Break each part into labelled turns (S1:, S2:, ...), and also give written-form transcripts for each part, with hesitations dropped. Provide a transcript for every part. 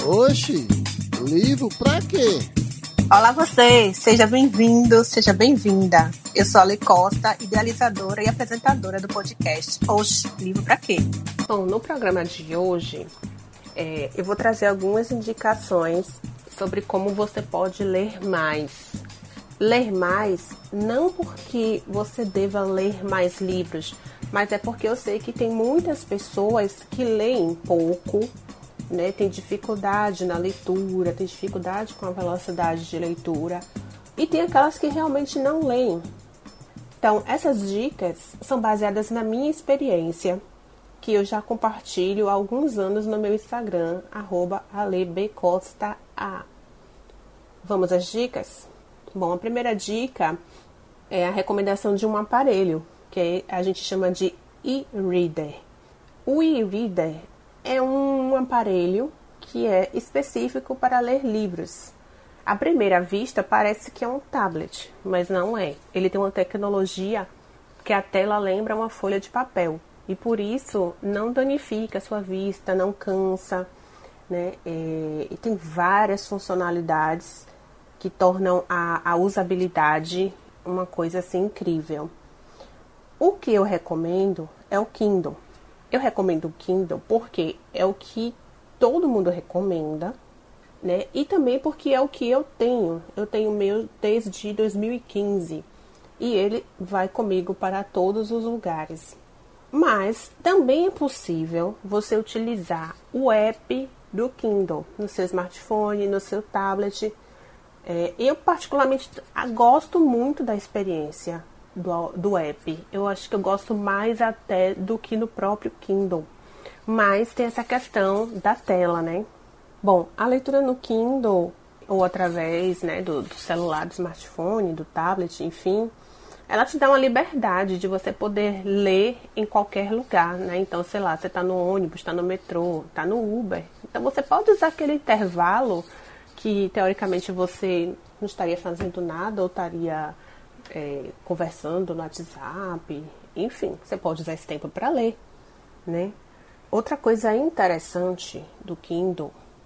S1: Oxi, livro pra quê?
S2: Olá você, seja bem-vindo, seja bem-vinda. Eu sou a Ale Costa, idealizadora e apresentadora do podcast Oxi, livro pra quê? Bom, no programa de hoje, eu vou trazer algumas indicações sobre como você pode ler mais. Ler mais, não porque você deva ler mais livros, mas é porque eu sei que tem muitas pessoas que leem pouco, né? Tem dificuldade na leitura, tem dificuldade com a velocidade de leitura e tem aquelas que realmente não leem. Então, essas dicas são baseadas na minha experiência, que eu já compartilho há alguns anos no meu Instagram, @alebcosta. Vamos às dicas? Bom, a primeira dica é a recomendação de um aparelho, que a gente chama de e-reader. O e-reader é um aparelho que é específico para ler livros. À primeira vista parece que é um tablet, mas não é. Ele tem uma tecnologia que a tela lembra uma folha de papel e por isso não danifica a sua vista, não cansa, né? E tem várias funcionalidades que tornam a usabilidade uma coisa assim incrível. O que eu recomendo é o Kindle. Eu recomendo o Kindle porque é o que todo mundo recomenda, né? E também porque é o que eu tenho. Eu tenho o meu desde 2015 e ele vai comigo para todos os lugares. Mas também é possível você utilizar o app do Kindle no seu smartphone, no seu tablet. Eu particularmente gosto muito da experiência do app. Eu acho que eu gosto mais até do que no próprio Kindle. Mas tem essa questão da tela, né? Bom, a leitura no Kindle ou através, né, do celular, do smartphone, do tablet, enfim, ela te dá uma liberdade de você poder ler em qualquer lugar, né? Então, sei lá, você tá no ônibus, tá no metrô, tá no Uber. Então, você pode usar aquele intervalo que, teoricamente, você não estaria fazendo nada ou estaria conversando no WhatsApp. Enfim, você pode usar esse tempo para ler, né? Outra coisa interessante do Kindle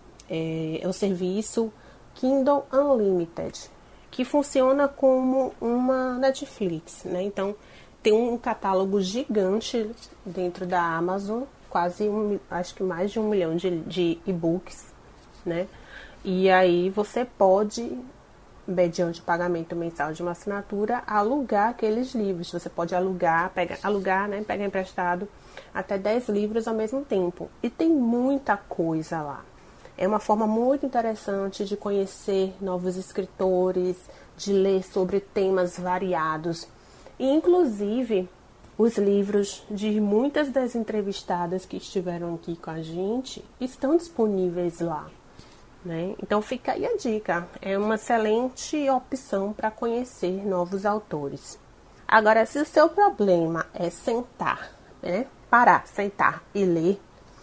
S2: é o serviço Kindle Unlimited, que funciona como uma Netflix, né? Então, tem um catálogo gigante dentro da Amazon, acho que mais de 1 milhão de e-books, né? E aí você pode, mediante o pagamento mensal de uma assinatura, alugar aqueles livros. Você pode alugar, né, pegar emprestado até 10 livros ao mesmo tempo. E tem muita coisa lá. É uma forma muito interessante de conhecer novos escritores, de ler sobre temas variados. E, inclusive, os livros de muitas das entrevistadas que estiveram aqui com a gente estão disponíveis lá, né? Então fica aí a dica, é uma excelente opção para conhecer novos autores. Agora, se o seu problema é sentar, né? Sentar e ler,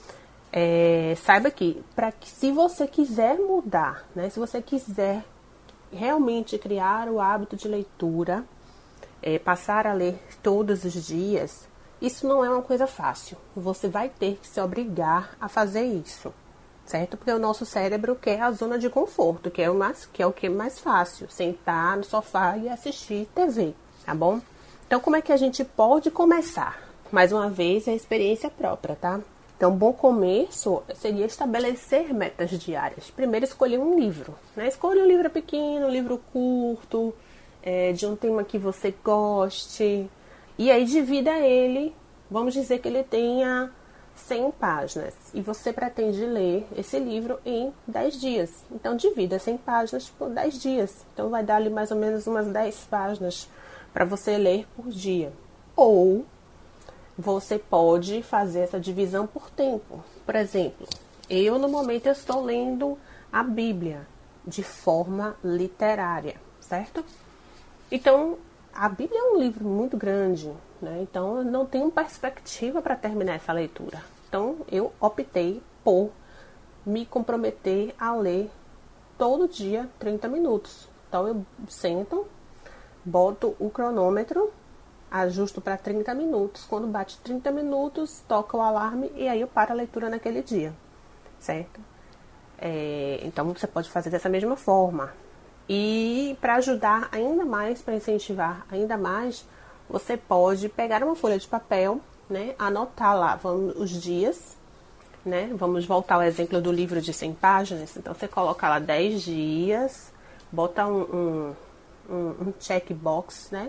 S2: saiba que se você quiser mudar, né? Se você quiser realmente criar o hábito de leitura, passar a ler todos os dias, isso não é uma coisa fácil. Você vai ter que se obrigar a fazer isso, certo? Porque o nosso cérebro quer a zona de conforto, que é o que é mais fácil, sentar no sofá e assistir TV, tá bom? Então, como é que a gente pode começar? Mais uma vez, é a experiência própria, tá? Então, um bom começo seria estabelecer metas diárias. Primeiro, escolher um livro, né? Escolha um livro pequeno, um livro curto, de um tema que você goste. E aí, divida ele, vamos dizer que ele tenha 100 páginas e você pretende ler esse livro em 10 dias. Então, divida 100 páginas por 10 dias. Então, vai dar ali mais ou menos umas 10 páginas para você ler por dia. Ou você pode fazer essa divisão por tempo. Por exemplo, no momento, eu estou lendo a Bíblia de forma literária, certo? Então, a Bíblia é um livro muito grande, né? Então, eu não tenho perspectiva para terminar essa leitura. Então, eu optei por me comprometer a ler todo dia 30 minutos. Então, eu sento, boto o cronômetro, ajusto para 30 minutos. Quando bate 30 minutos, toca o alarme e aí eu paro a leitura naquele dia, certo? Então, você pode fazer dessa mesma forma. E para ajudar ainda mais, para incentivar ainda mais, você pode pegar uma folha de papel, né? Anotar lá os dias, né? Vamos voltar ao exemplo do livro de 100 páginas. Então, você coloca lá 10 dias, bota um checkbox, né?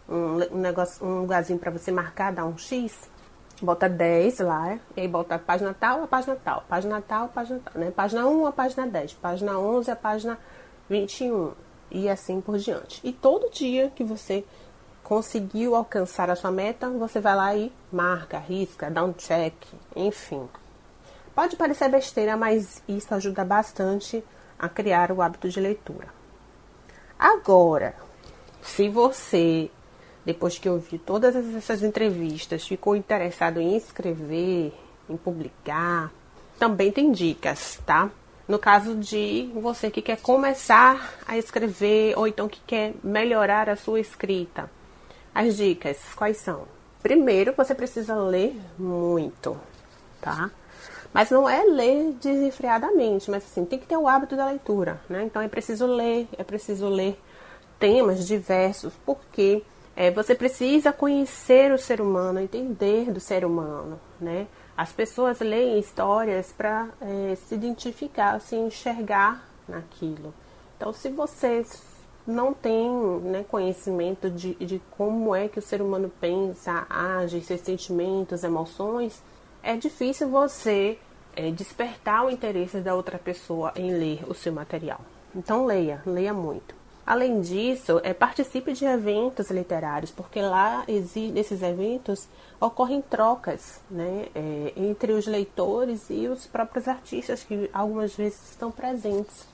S2: Um lugarzinho para você marcar, dar um X. Bota 10 lá, e aí bota a página tal, a página tal, página tal, página tal, né? Página 1 a página 10, página 11 a página 21 e assim por diante. E todo dia que você conseguiu alcançar a sua meta, você vai lá e marca, risca, dá um check, enfim. Pode parecer besteira, mas isso ajuda bastante a criar o hábito de leitura. Agora, se você, depois que ouvir todas essas entrevistas, ficou interessado em escrever, em publicar, também tem dicas, tá? No caso de você que quer começar a escrever ou então que quer melhorar a sua escrita. As dicas, quais são? Primeiro, você precisa ler muito, tá? Mas não é ler desenfreadamente, mas assim, tem que ter o hábito da leitura, né? Então é preciso ler temas diversos, porque você precisa conhecer o ser humano, entender do ser humano, né? As pessoas leem histórias para se identificar, se enxergar naquilo. Então, se você não tem, né, conhecimento de como é que o ser humano pensa, age, seus sentimentos, emoções, é difícil você despertar o interesse da outra pessoa em ler o seu material. Então, leia muito. Além disso, participe de eventos literários, porque lá, nesses eventos, ocorrem trocas, né, entre os leitores e os próprios artistas, que algumas vezes estão presentes.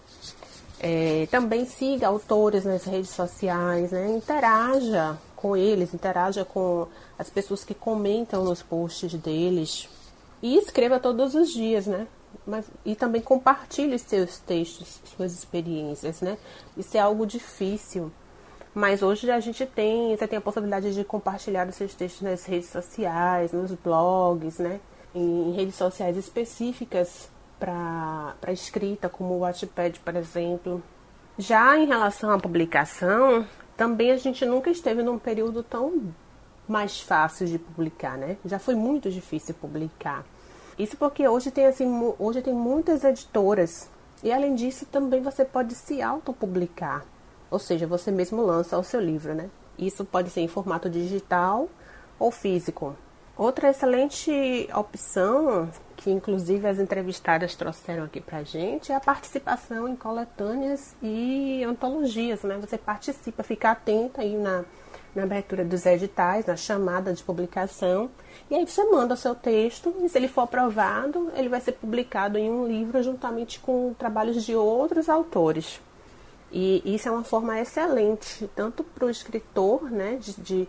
S2: Também siga autores nas redes sociais, né, interaja com eles, interaja com as pessoas que comentam nos posts deles. E escreva todos os dias, né? E também compartilhe seus textos, suas experiências, né? Isso é algo difícil, mas hoje você tem a possibilidade de compartilhar os seus textos nas redes sociais, nos blogs, né? Em redes sociais específicas para escrita, como o Wattpad, por exemplo. Já em relação à publicação, também a gente nunca esteve num período tão mais fácil de publicar, né? Já foi muito difícil publicar. Isso porque hoje tem muitas editoras. E além disso, também você pode se autopublicar. Ou seja, você mesmo lança o seu livro, né? Isso pode ser em formato digital ou físico. Outra excelente opção, que inclusive as entrevistadas trouxeram aqui pra gente, é a participação em coletâneas e antologias, né? Você participa, fica atenta aí na abertura dos editais, na chamada de publicação, e aí você manda o seu texto, e se ele for aprovado, ele vai ser publicado em um livro juntamente com trabalhos de outros autores. E isso é uma forma excelente, tanto para o escritor, né,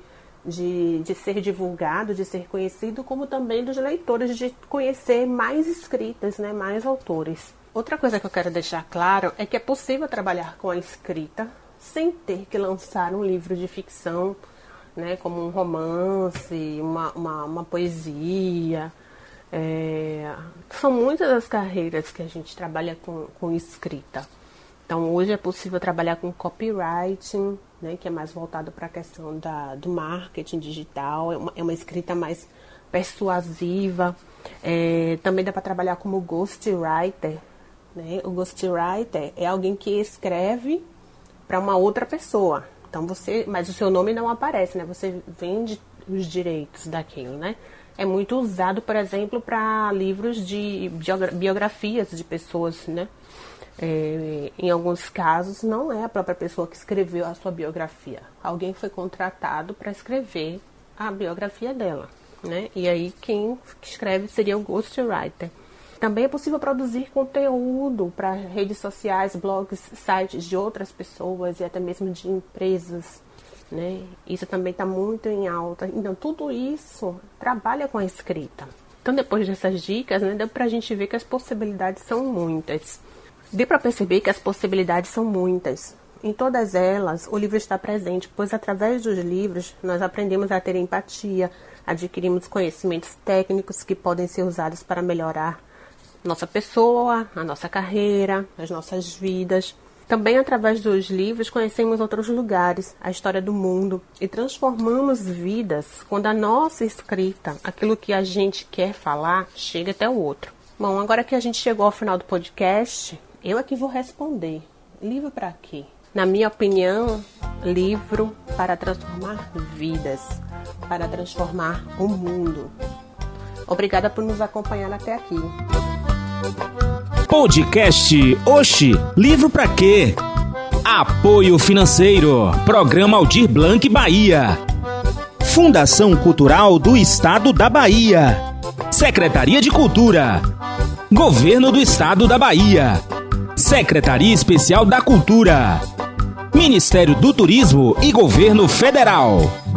S2: de ser divulgado, de ser conhecido, como também dos leitores, de conhecer mais escritas, né, mais autores. Outra coisa que eu quero deixar claro é que é possível trabalhar com a escrita sem ter que lançar um livro de ficção, né, como um romance, uma poesia. São muitas as carreiras que a gente trabalha com escrita. Então, hoje é possível trabalhar com copywriting, né, que é mais voltado para a questão do marketing digital, é uma escrita mais persuasiva. Também dá para trabalhar como ghostwriter, né? O ghostwriter é alguém que escreve para uma outra pessoa. Então mas o seu nome não aparece, né? Você vende os direitos daquilo, né? É muito usado, por exemplo, para livros de biografias de pessoas, né? Em alguns casos, não é a própria pessoa que escreveu a sua biografia. Alguém foi contratado para escrever a biografia dela, né? E aí quem escreve seria o ghostwriter. Também é possível produzir conteúdo para redes sociais, blogs, sites de outras pessoas e até mesmo de empresas, né? Isso também está muito em alta. Então, tudo isso trabalha com a escrita. Então, depois dessas dicas, né, deu para a gente ver que as possibilidades são muitas. Deu para perceber que as possibilidades são muitas. Em todas elas, o livro está presente, pois através dos livros nós aprendemos a ter empatia, adquirimos conhecimentos técnicos que podem ser usados para melhorar nossa pessoa, a nossa carreira, as nossas vidas. Também através dos livros conhecemos outros lugares, a história do mundo e transformamos vidas quando a nossa escrita, aquilo que a gente quer falar, chega até o outro. Bom, agora que a gente chegou ao final do podcast, eu aqui vou responder. Livro para quê? Na minha opinião, livro para transformar vidas, para transformar o mundo. Obrigada por nos acompanhar até aqui.
S3: Podcast Oxi, livro pra quê? Apoio financeiro, Programa Aldir Blanc Bahia, Fundação Cultural do Estado da Bahia, Secretaria de Cultura, Governo do Estado da Bahia, Secretaria Especial da Cultura, Ministério do Turismo e Governo Federal.